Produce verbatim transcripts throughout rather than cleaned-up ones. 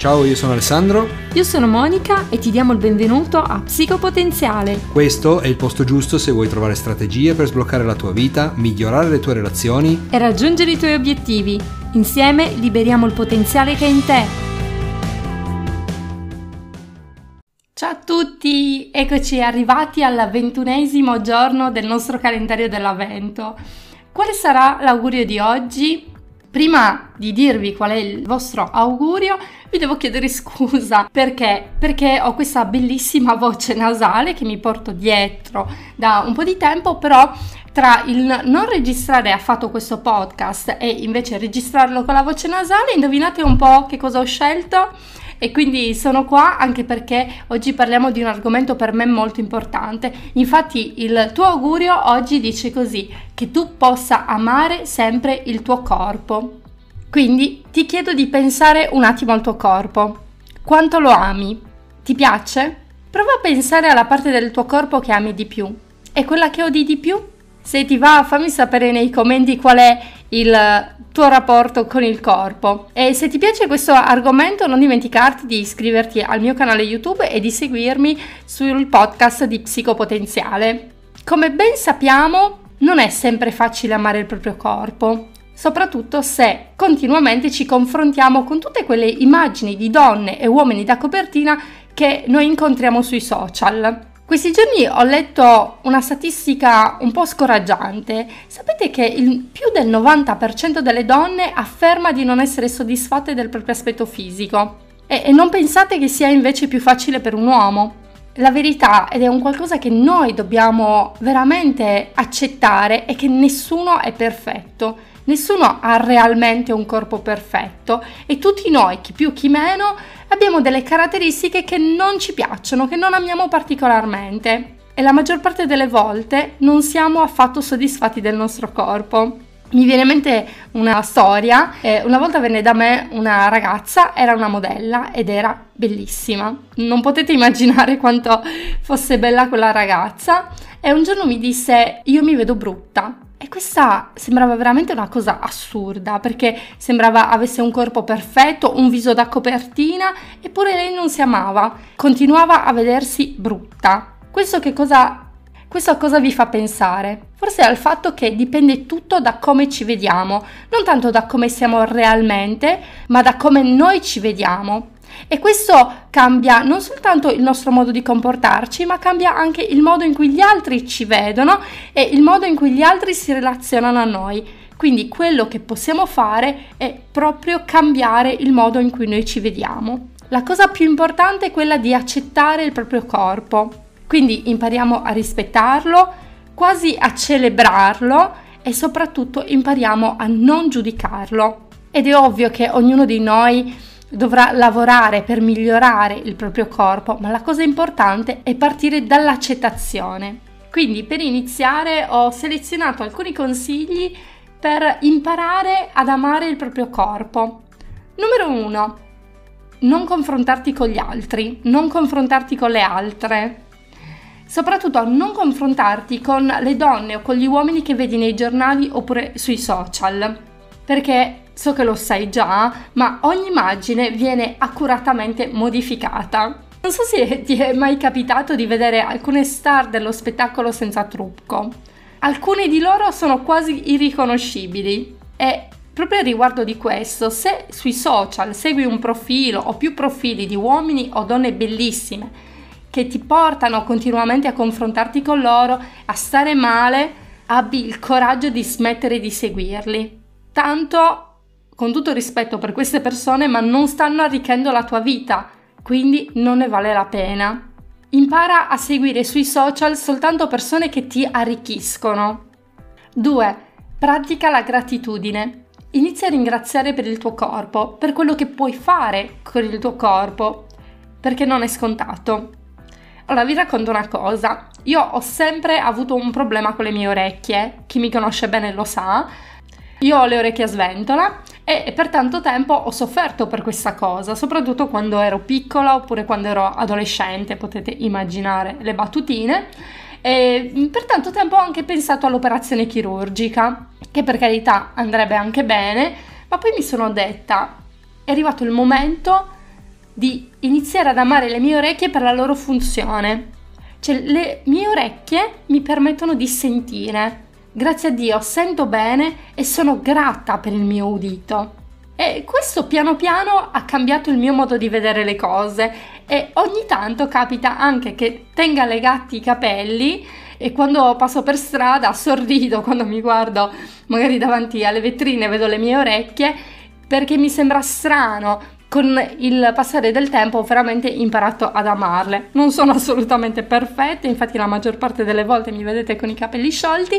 Ciao, io sono Alessandro. Io sono Monica e ti diamo il benvenuto a Psicopotenziale. Questo è il posto giusto se vuoi trovare strategie per sbloccare la tua vita, migliorare le tue relazioni e raggiungere i tuoi obiettivi. Insieme liberiamo il potenziale che è in te. Ciao a tutti, eccoci arrivati al ventunesimo giorno del nostro calendario dell'avvento. Quale sarà l'augurio di oggi? Prima di dirvi qual è il vostro augurio, vi devo chiedere scusa. Perché? Perché ho questa bellissima voce nasale che mi porto dietro da un po' di tempo, però tra il non registrare affatto questo podcast e invece registrarlo con la voce nasale, indovinate un po' che cosa ho scelto? E quindi sono qua anche perché oggi parliamo di un argomento per me molto importante. Infatti il tuo augurio oggi dice così: che tu possa amare sempre il tuo corpo. Quindi ti chiedo di pensare un attimo al tuo corpo. Quanto lo ami? Ti piace? Prova a pensare alla parte del tuo corpo che ami di più. E quella che odi di più? Se ti va, fammi sapere nei commenti qual è il tuo rapporto con il corpo. E se ti piace questo argomento, non dimenticarti di iscriverti al mio canale YouTube e di seguirmi sul podcast di Psicopotenziale. Come ben sappiamo, non è sempre facile amare il proprio corpo, soprattutto se continuamente ci confrontiamo con tutte quelle immagini di donne e uomini da copertina che noi incontriamo sui social. Questi giorni ho letto una statistica un po' scoraggiante. Sapete che il più del novanta per cento delle donne afferma di non essere soddisfatte del proprio aspetto fisico. E, e non pensate che sia invece più facile per un uomo. La verità, ed è un qualcosa che noi dobbiamo veramente accettare, è che nessuno è perfetto. Nessuno ha realmente un corpo perfetto e tutti noi, chi più chi meno, abbiamo delle caratteristiche che non ci piacciono, che non amiamo particolarmente e la maggior parte delle volte non siamo affatto soddisfatti del nostro corpo. Mi viene in mente una storia, eh, una volta venne da me una ragazza, era una modella ed era bellissima. Non potete immaginare quanto fosse bella quella ragazza e un giorno mi disse: io mi vedo brutta. E questa sembrava veramente una cosa assurda, perché sembrava avesse un corpo perfetto, un viso da copertina, eppure lei non si amava, continuava a vedersi brutta. Questo che cosa, questo a cosa vi fa pensare? Forse al fatto che dipende tutto da come ci vediamo, non tanto da come siamo realmente, ma da come noi ci vediamo. E questo cambia non soltanto il nostro modo di comportarci, ma cambia anche il modo in cui gli altri ci vedono e il modo in cui gli altri si relazionano a noi. Quindi quello che possiamo fare è proprio cambiare il modo in cui noi ci vediamo. La cosa più importante è quella di accettare il proprio corpo. Quindi impariamo a rispettarlo, quasi a celebrarlo e soprattutto impariamo a non giudicarlo. Ed è ovvio che ognuno di noi dovrà lavorare per migliorare il proprio corpo, ma la cosa importante è partire dall'accettazione. Quindi per iniziare ho selezionato alcuni consigli per imparare ad amare il proprio corpo. Numero uno, non confrontarti con gli altri, non confrontarti con le altre. Soprattutto non confrontarti con le donne o con gli uomini che vedi nei giornali oppure sui social, perché so che lo sai già, ma ogni immagine viene accuratamente modificata. Non so se ti è mai capitato di vedere alcune star dello spettacolo senza trucco. Alcune di loro sono quasi irriconoscibili e proprio a riguardo di questo, se sui social segui un profilo o più profili di uomini o donne bellissime che ti portano continuamente a confrontarti con loro, a stare male, abbi il coraggio di smettere di seguirli. Tanto, con tutto rispetto per queste persone, ma non stanno arricchendo la tua vita, quindi non ne vale la pena. Impara a seguire sui social soltanto persone che ti arricchiscono. due. Pratica la gratitudine. Inizia a ringraziare per il tuo corpo, per quello che puoi fare con il tuo corpo, perché non è scontato. Allora vi racconto una cosa. Io ho sempre avuto un problema con le mie orecchie, chi mi conosce bene lo sa. Io ho le orecchie a sventola e per tanto tempo ho sofferto per questa cosa, soprattutto quando ero piccola oppure quando ero adolescente, potete immaginare le battutine. E per tanto tempo ho anche pensato all'operazione chirurgica, che per carità andrebbe anche bene, ma poi mi sono detta: è arrivato il momento di iniziare ad amare le mie orecchie per la loro funzione. Cioè, le mie orecchie mi permettono di sentire. Grazie a Dio sento bene e sono grata per il mio udito. E questo piano piano ha cambiato il mio modo di vedere le cose e ogni tanto capita anche che tenga legati i capelli e quando passo per strada sorrido quando mi guardo magari davanti alle vetrine, vedo le mie orecchie, perché mi sembra strano. Con il passare del tempo ho veramente imparato ad amarle. Non sono assolutamente perfette, infatti la maggior parte delle volte mi vedete con i capelli sciolti,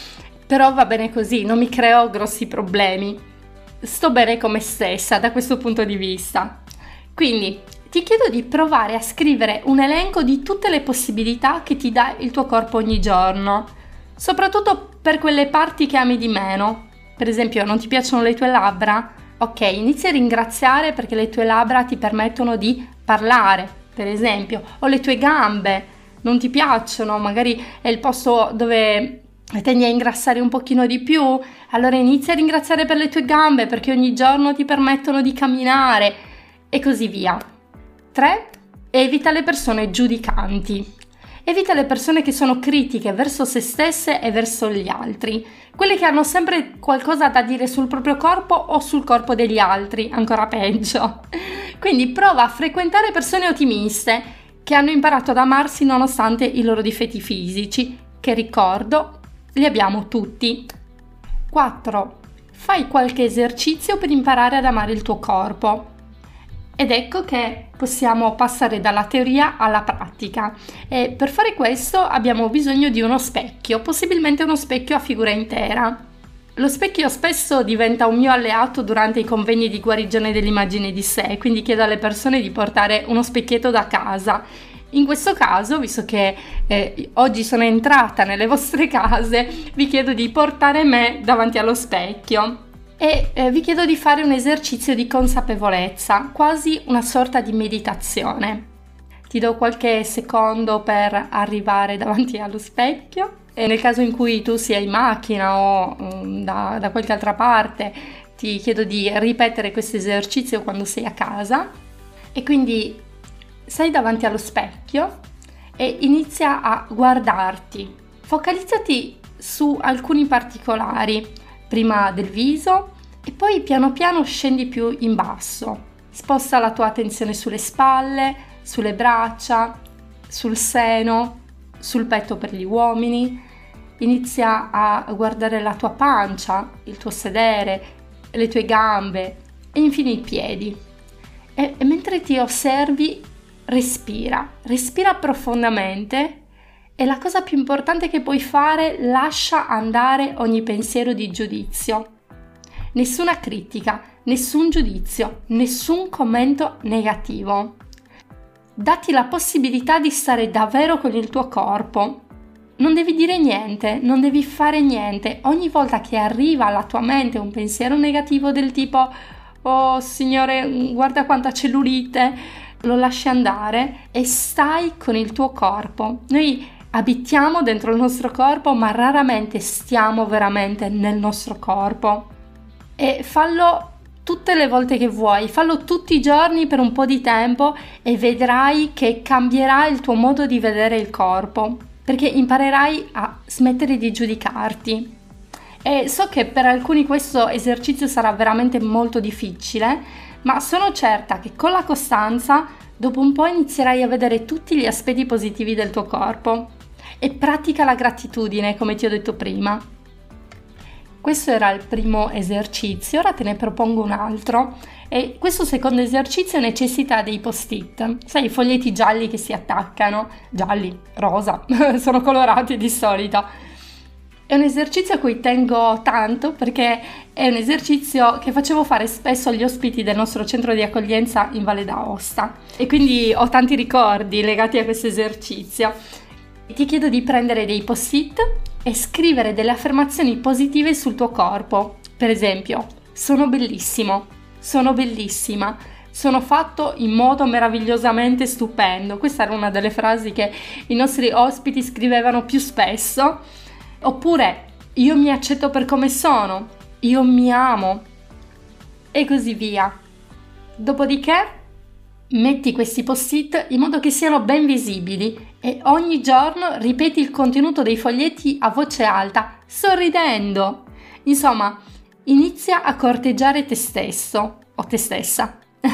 però va bene così, non mi creo grossi problemi. Sto bene con me stessa da questo punto di vista. Quindi ti chiedo di provare a scrivere un elenco di tutte le possibilità che ti dà il tuo corpo ogni giorno, soprattutto per quelle parti che ami di meno. Per esempio, non ti piacciono le tue labbra? Ok, inizia a ringraziare perché le tue labbra ti permettono di parlare, per esempio, o le tue gambe non ti piacciono, magari è il posto dove tendi a ingrassare un pochino di più, allora inizia a ringraziare per le tue gambe perché ogni giorno ti permettono di camminare e così via. tre. Evita le persone giudicanti. Evita le persone che sono critiche verso se stesse e verso gli altri, quelle che hanno sempre qualcosa da dire sul proprio corpo o sul corpo degli altri, ancora peggio. Quindi prova a frequentare persone ottimiste che hanno imparato ad amarsi nonostante i loro difetti fisici, che ricordo, li abbiamo tutti. quattro. Fai qualche esercizio per imparare ad amare il tuo corpo. Ed ecco che possiamo passare dalla teoria alla pratica e per fare questo abbiamo bisogno di uno specchio, possibilmente uno specchio a figura intera. Lo specchio spesso diventa un mio alleato durante i convegni di guarigione dell'immagine di sé, quindi chiedo alle persone di portare uno specchietto da casa. In questo caso, visto che eh, oggi sono entrata nelle vostre case, vi chiedo di portare me davanti allo specchio. E eh, vi chiedo di fare un esercizio di consapevolezza, quasi una sorta di meditazione. Ti do qualche secondo per arrivare davanti allo specchio e nel caso in cui tu sia in macchina o um, da, da qualche altra parte ti chiedo di ripetere questo esercizio quando sei a casa e quindi sei davanti allo specchio e inizia a guardarti. Focalizzati su alcuni particolari. Prima del viso e poi piano piano scendi più in basso. Sposta la tua attenzione sulle spalle, sulle braccia, sul seno, sul petto per gli uomini. Inizia a guardare la tua pancia, il tuo sedere, le tue gambe e infine i piedi. E, e mentre ti osservi, respira, respira profondamente. E la cosa più importante che puoi fare, lascia andare ogni pensiero di giudizio. Nessuna critica, nessun giudizio, nessun commento negativo. Datti la possibilità di stare davvero con il tuo corpo. Non devi dire niente, non devi fare niente. Ogni volta che arriva alla tua mente un pensiero negativo del tipo «Oh signore, guarda quanta cellulite», lo lasci andare e stai con il tuo corpo. Noi abitiamo dentro il nostro corpo, ma raramente stiamo veramente nel nostro corpo. E fallo tutte le volte che vuoi, fallo tutti i giorni per un po' di tempo e vedrai che cambierà il tuo modo di vedere il corpo, perché imparerai a smettere di giudicarti. E so che per alcuni questo esercizio sarà veramente molto difficile, ma sono certa che con la costanza dopo un po' inizierai a vedere tutti gli aspetti positivi del tuo corpo. E pratica la gratitudine, come ti ho detto prima. Questo era il primo esercizio, ora te ne propongo un altro e questo secondo esercizio necessita dei post-it, sai, i foglietti gialli che si attaccano, gialli, rosa, sono colorati di solito. È un esercizio a cui tengo tanto perché è un esercizio che facevo fare spesso agli ospiti del nostro centro di accoglienza in Valle d'Aosta e quindi ho tanti ricordi legati a questo esercizio. Ti chiedo di prendere dei post-it e scrivere delle affermazioni positive sul tuo corpo. Per esempio, sono bellissimo, sono bellissima, sono fatto in modo meravigliosamente stupendo. Questa era una delle frasi che i nostri ospiti scrivevano più spesso. Oppure, io mi accetto per come sono, io mi amo e così via. Dopodiché, Metti questi post-it in modo che siano ben visibili e ogni giorno ripeti il contenuto dei foglietti a voce alta, sorridendo. Insomma, inizia a corteggiare te stesso o te stessa.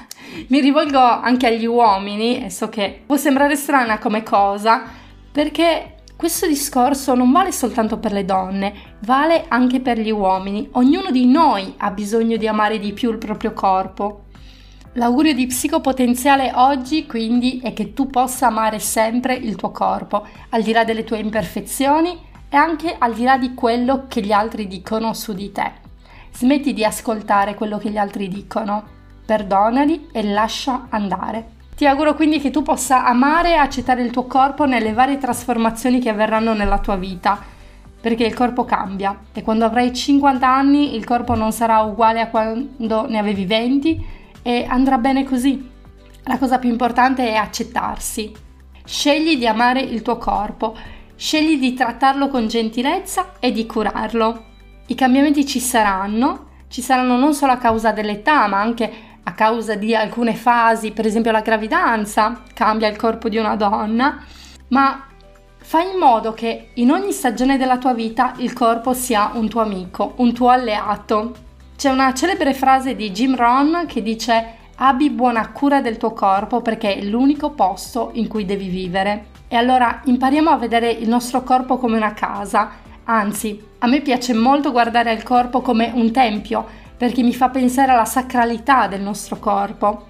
Mi rivolgo anche agli uomini e so che può sembrare strana come cosa, perché questo discorso non vale soltanto per le donne, vale anche per gli uomini. Ognuno di noi ha bisogno di amare di più il proprio corpo. L'augurio di Psicopotenziale oggi quindi è che tu possa amare sempre il tuo corpo, al di là delle tue imperfezioni e anche al di là di quello che gli altri dicono su di te. Smetti di ascoltare quello che gli altri dicono, perdonali e lascia andare. Ti auguro quindi che tu possa amare e accettare il tuo corpo nelle varie trasformazioni che avverranno nella tua vita, perché il corpo cambia e quando avrai cinquanta anni il corpo non sarà uguale a quando ne avevi venti e andrà bene così. La cosa più importante è accettarsi. Scegli di amare il tuo corpo, scegli di trattarlo con gentilezza e di curarlo. I cambiamenti ci saranno, ci saranno non solo a causa dell'età, ma anche a causa di alcune fasi, per esempio la gravidanza cambia il corpo di una donna, ma fai in modo che in ogni stagione della tua vita il corpo sia un tuo amico, un tuo alleato. C'è una celebre frase di Jim Rohn che dice: abbi buona cura del tuo corpo perché è l'unico posto in cui devi vivere. E allora impariamo a vedere il nostro corpo come una casa, anzi, a me piace molto guardare il corpo come un tempio, perché mi fa pensare alla sacralità del nostro corpo.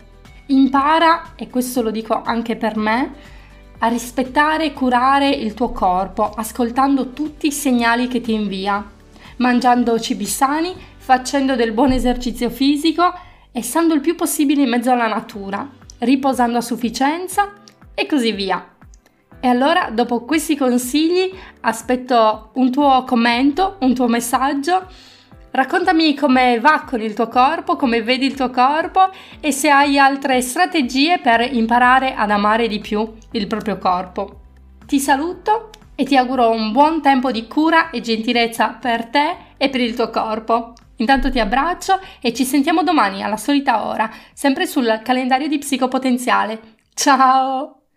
Impara, e questo lo dico anche per me, a rispettare e curare il tuo corpo, ascoltando tutti i segnali che ti invia, mangiando cibi sani, facendo del buon esercizio fisico e stando il più possibile in mezzo alla natura, riposando a sufficienza e così via. E allora, dopo questi consigli, aspetto un tuo commento, un tuo messaggio. Raccontami come va con il tuo corpo, come vedi il tuo corpo e se hai altre strategie per imparare ad amare di più il proprio corpo. Ti saluto e ti auguro un buon tempo di cura e gentilezza per te e per il tuo corpo. Intanto ti abbraccio e ci sentiamo domani alla solita ora, sempre sul calendario di Psicopotenziale. Ciao!